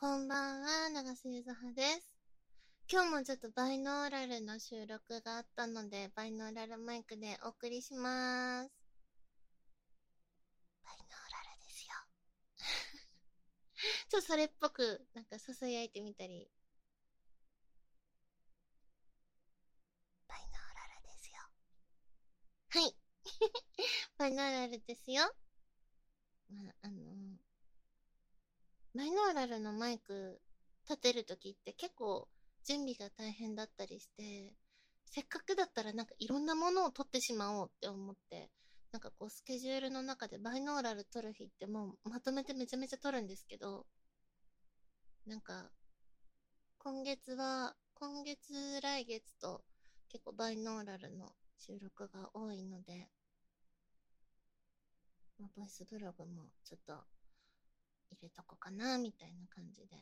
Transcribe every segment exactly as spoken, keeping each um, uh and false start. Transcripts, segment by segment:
こんばんは、長瀬ゆずはです。今日もちょっとバイノーラルの収録があったので、バイノーラルマイクでお送りします。バイノーラルですよ。ちょっとそれっぽく、なんか囁いてみたり。バイノーラルですよ。はい。バイノーラルですよ。まあ、あの、バイノーラルのマイク立てるときって結構準備が大変だったりして、せっかくだったらなんかいろんなものを取ってしまおうって思って、なんかこうスケジュールの中でバイノーラル取る日ってもうまとめてめちゃめちゃ取るんですけど、なんか今月は、今月来月と結構バイノーラルの収録が多いので、まあ、ボイスブログもちょっと入れとこうかなみたいな感じで。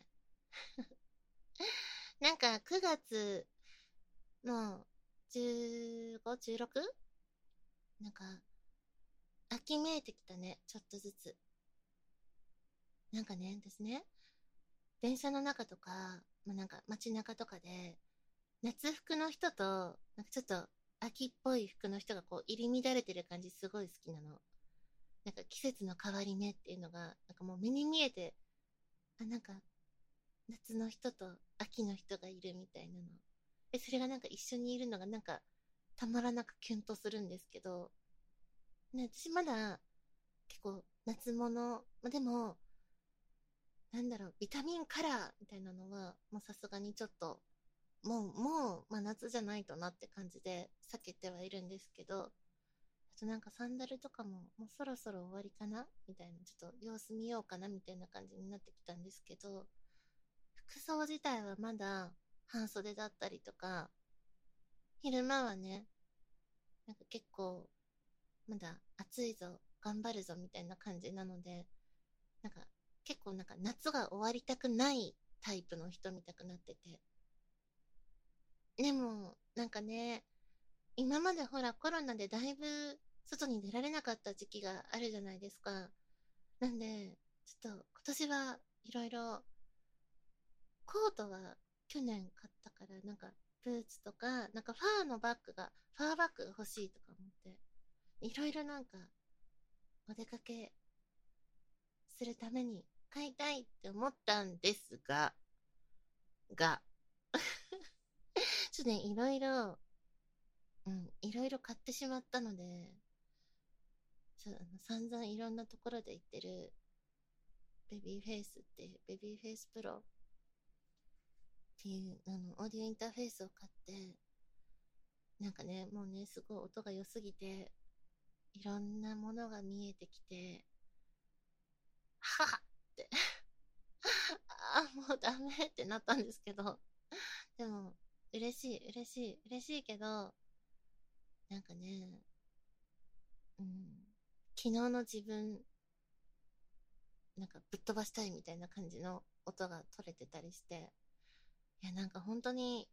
なんかくがつのじゅうご、じゅうろく? なんか秋めいてきたね、ちょっとずつ。なんかね、ですね、電車の中とか、まあ、なんか街中とかで、夏服の人と、なんかちょっと秋っぽい服の人がこう入り乱れてる感じすごい好きなの。なんか季節の変わり目っていうのが、なんかもう目に見えて、あ、なんか夏の人と秋の人がいるみたいなの。え、それがなんか一緒にいるのがなんかたまらなくキュンとするんですけど、ね、私まだ結構夏物、まあ、でも、なんだろう、ビタミンカラーみたいなのは、もうさすがにちょっと、もう、もう、まあ、夏じゃないとなって感じで避けてはいるんですけど、あとなんかサンダルとかももうそろそろ終わりかなみたいな、ちょっと様子見ようかなみたいな感じになってきたんですけど、服装自体はまだ半袖だったりとか、昼間はね、なんか結構、まだ暑いぞ、頑張るぞみたいな感じなので、なんか結構なんか夏が終わりたくないタイプの人みたくなってて。でも、なんかね、今までほらコロナでだいぶ外に出られなかった時期があるじゃないですか。なんで、ちょっと今年はいろいろ、コートは去年買ったから、なんかブーツとか、なんかファーのバッグが、ファーバッグが欲しいとか思って、いろいろなんかお出かけするために買いたいって思ったんですが、が、ちょっとね、いろいろ、うん、いろいろ買ってしまったので、ちょあの散々いろんなところで言ってるベビーフェイスっていう、ベビーフェイスプロっていうあのオーディオインターフェースを買って、なんかね、もうね、すごい音が良すぎて、いろんなものが見えてきて、ははってああ、もうダメってなったんですけど、でも、嬉しい、嬉しい、嬉しいけど、なんかね、うん、昨日の自分、なんかぶっ飛ばしたいみたいな感じの音が取れてたりして、いや、なんか本当に、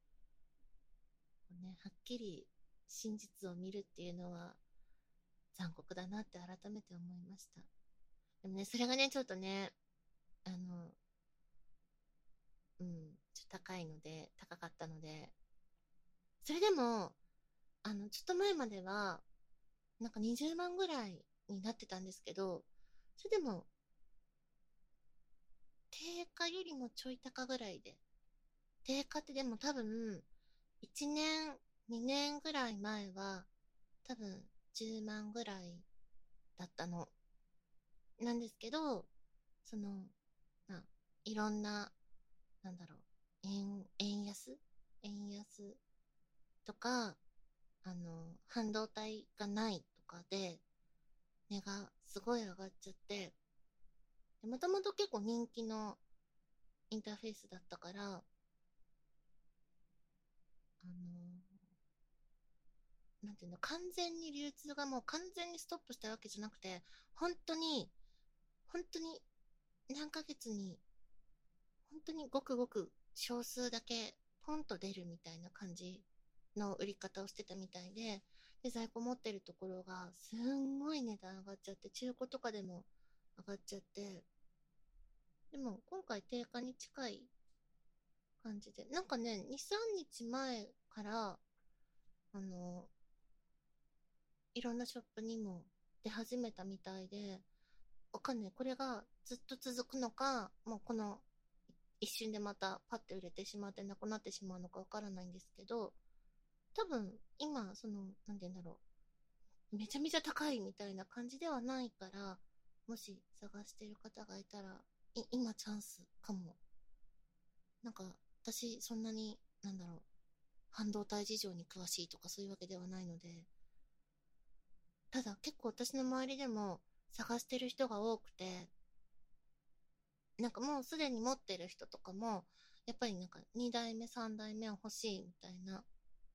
ね、はっきり真実を見るっていうのは残酷だなって改めて思いました。でもね、それがね、ちょっとね、あの、うん、ちょっと高いので、高かったので、それでも、あの、ちょっと前までは、なんかにじゅうまんぐらいになってたんですけど、それでも、定価よりもちょい高ぐらいで、定価ってでも多分、いちねん、にねんぐらい前は、多分じゅうまんぐらいだったの。なんですけど、その、まあ、いろんな、なんだろう、円、円安円安とか、あの、半導体がないとかで、値がすごい上がっちゃって、もともと結構人気のインターフェースだったから、あの、なんていうの、完全に流通がもう完全にストップしたわけじゃなくて、本当に、本当に何ヶ月に、本当にごくごく少数だけポンと出るみたいな感じの売り方をしてたみたいで、で、在庫持ってるところがすんごい値段上がっちゃって、中古とかでも上がっちゃって、 でも今回定価に近い感じで、なんかね、に、さんにちまえから、あの、いろんなショップにも出始めたみたいで、わかんない。これがずっと続くのか、もうこの一瞬でまたパッて売れてしまってなくなってしまうのかわからないんですけど、多分今、その、なんて言うんだろう。めちゃめちゃ高いみたいな感じではないから、もし探してる方がいたら、い今チャンスかも。なんか、私、そんなに、なんだろう、半導体事情に詳しいとかそういうわけではないので、ただ結構私の周りでも探してる人が多くて、なんかもうすでに持ってる人とかも、やっぱりなんかにだいめ、さんだいめは欲しいみたいな。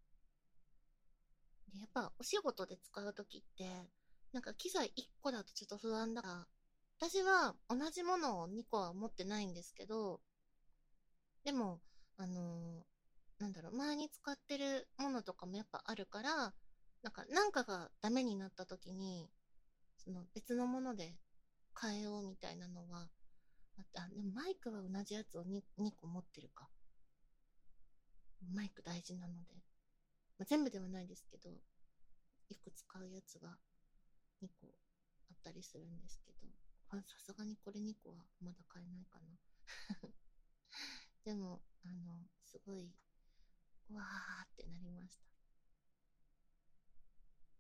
で、やっぱお仕事で使うときって、なんか機材いっこだとちょっと不安だから、私は同じものをにこは持ってないんですけど、でも、あのーなんだろう、前に使ってるものとかもやっぱあるから、なんか、なんかがダメになった時に、その別のもので変えようみたいなのはあって、あ、でもマイクは同じやつを 2, にこ持ってるか。マイク大事なので。まあ、全部ではないですけど、よく使うやつがにこあったりするんですけど、さすがにこれにこはまだ買えないかな。でも、あの、すごい、わーってなりました。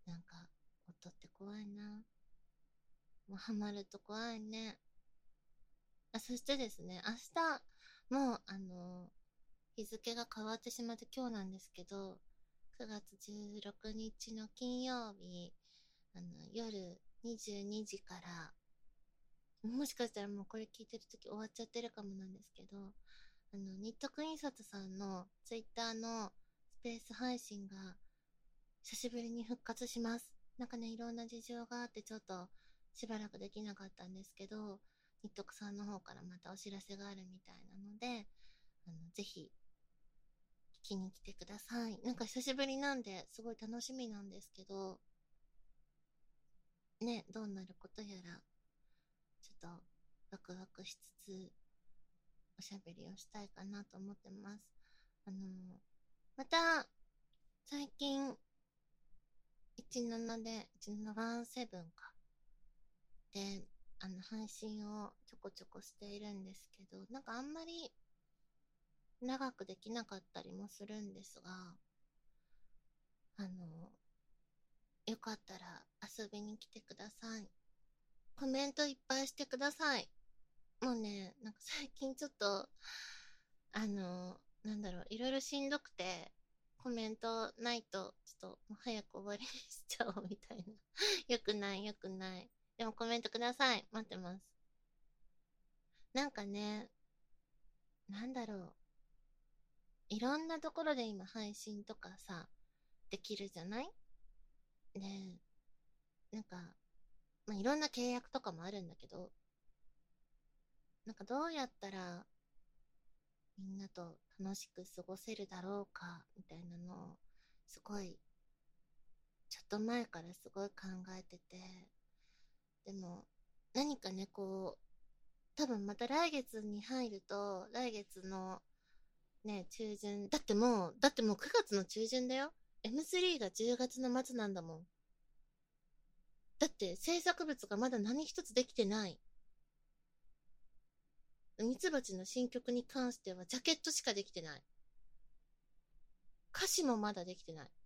なんか、音って怖いな。もうハマると怖いね。あ、そしてですね、明日、もう、あの、日付が変わってしまって今日なんですけど、くがつじゅうろくにちの金曜日、あの、夜にじゅうにじから、もしかしたらもうこれ聞いてるとき終わっちゃってるかもなんですけど、あの、ニットク印刷さんのツイッターのスペース配信が久しぶりに復活します。なんかね、いろんな事情があってちょっとしばらくできなかったんですけど、ニットクさんの方からまたお知らせがあるみたいなので、あの、ぜひ聞きに来てください。なんか久しぶりなんですごい楽しみなんですけど、ね、どうなることやら、ちょっとワクワクしつつ、おしゃべりをしたいかなと思ってます。あのーまた、最近、じゅうななで、じゅうななセブンか。で、あの、配信をちょこちょこしているんですけど、なんかあんまり長くできなかったりもするんですが、あの、よかったら遊びに来てください。コメントいっぱいしてください。もうね、なんか最近ちょっと、あの、なんだろう、いろいろしんどくて、コメントないと、ちょっともう早く終わりにしちゃおうみたいな。よくない、よくない。でもコメントください。待ってます。なんかね、なんだろう。いろんなところで今配信とかさ、できるじゃない。で、なんか、まあ、いろんな契約とかもあるんだけど、なんかどうやったらみんなと楽しく過ごせるだろうか、みたいなのを、すごい、ちょっと前からすごい考えてて、でも、何かね、こう、多分また来月に入ると、来月のね、中旬、だってもう、だってもうくがつの中旬だよ。エムスリー がじゅうがつの末なんだもん。だって制作物がまだ何一つできてない。ミツバチの新曲に関してはジャケットしかできてない。歌詞もまだできてない。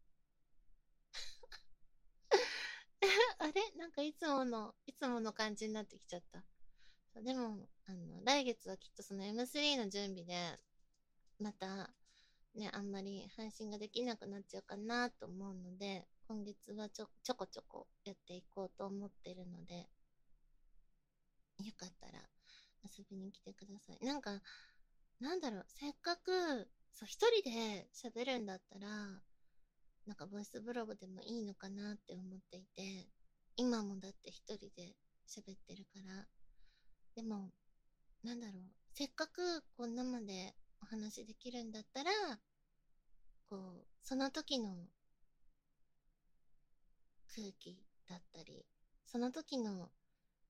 あれなんかいつもの、いつもの感じになってきちゃった。でも、あの、来月はきっとその エムスリー の準備で、また、ね、あんまり配信ができなくなっちゃうかなと思うので、今月はちょ、ちょこちょこやっていこうと思ってるので、よかったら遊びに来てください。なんか、なんだろう、せっかく、そう、一人で喋るんだったら、なんかボイスブログでもいいのかなって思っていて、今もだって一人で喋ってるから、でも、なんだろう、せっかくこんなまでお話できるんだったら、こう、その時の空気だったり、その時の、なんか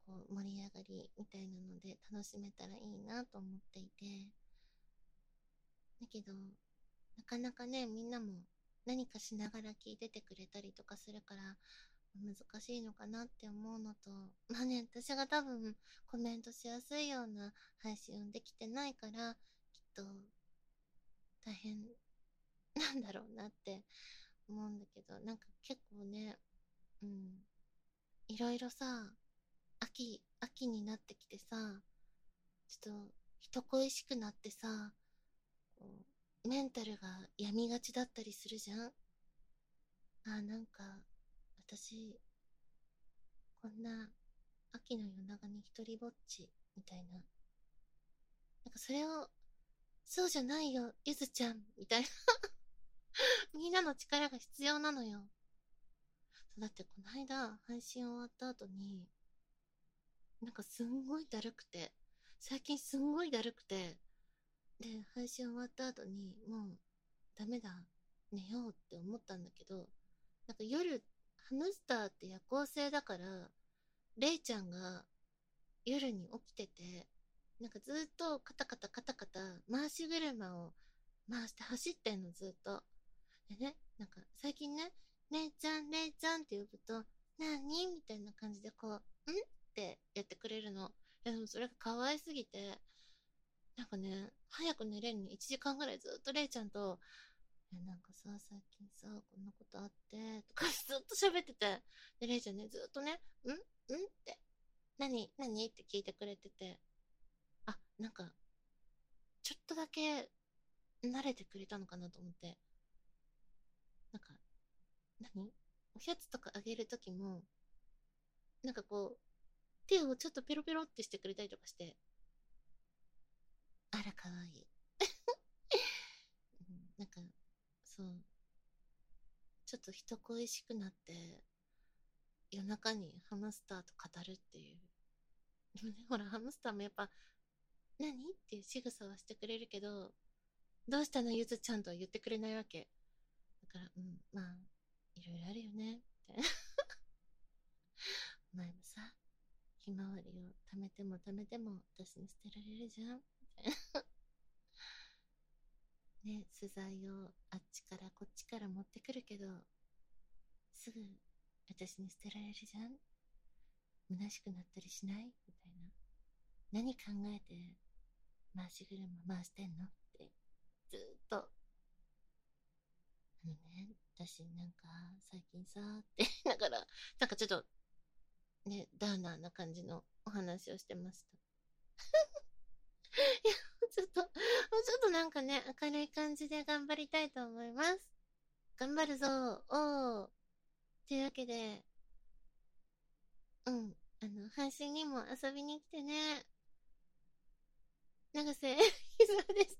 こう盛り上がりみたいなので楽しめたらいいなと思っていて、だけどなかなかね、みんなも何かしながら聞いててくれたりとかするから難しいのかなって思うのと、まあね、私が多分コメントしやすいような配信をできてないから、きっと大変なんだろうなって思うんだけど、なんか結構ね、うん、いろいろさ、秋、秋になってきてさ、ちょっと人恋しくなってさ、こうメンタルが病みがちだったりするじゃん。あ、なんか私こんな秋の夜長に一人ぼっちみたいな、なんかそれを、そうじゃないよゆずちゃんみたいなみんなの力が必要なのよ。そうだってこの間配信終わった後に、なんかすんごいだるくて、最近すんごいだるくて、で配信終わった後にもうダメだ、寝ようって思ったんだけど、なんか夜ハムスターって夜行性だから、レイちゃんが夜に起きてて、なんかずっとカタカタカタカタ回し車を回して走ってんの、ずっと。でね、なんか最近ね、レイちゃんレイちゃんって呼ぶと、なにみたいな感じでこう、んってやってくれるの。でもそれが可愛すぎて、なんかね、早く寝れるのにいちじかんぐらいずっとレイちゃんと、いやなんかさ、最近さ、こんなことあって、とかずっと喋ってて、で、レイちゃんね、ずっとね、んんって、何何って聞いてくれてて、あ、なんか、ちょっとだけ慣れてくれたのかなと思って、なんか、何おやつとかあげるときも、なんかこう、手をちょっとペロペロってしてくれたりとかして、あら、かわいい。うん、なんか、そう、ちょっと人恋しくなって、夜中にハムスターと語るっていう。でもね、ほら、ハムスターもやっぱ、何っていう仕草はしてくれるけど、どうしたのゆずちゃんとは言ってくれないわけ。だから、うん、まあ、いろいろあるよね、みたいな。お前もさ、ひまわりを貯めても貯めても私に捨てられるじゃんみたいな。ね、素材をあっちからこっちから持ってくるけど、すぐ私に捨てられるじゃん、虚しくなったりしないみたいな。何考えて回し車回してんのってずーっと。あのね、私なんか最近さって言いながら、なんかちょっとね、ダウナーな感じのお話をしてました。いや、ちょっと、もうちょっとなんかね、明るい感じで頑張りたいと思います。頑張るぞおー。というわけで、うん、あの、配信にも遊びに来てね。長瀬ひずです。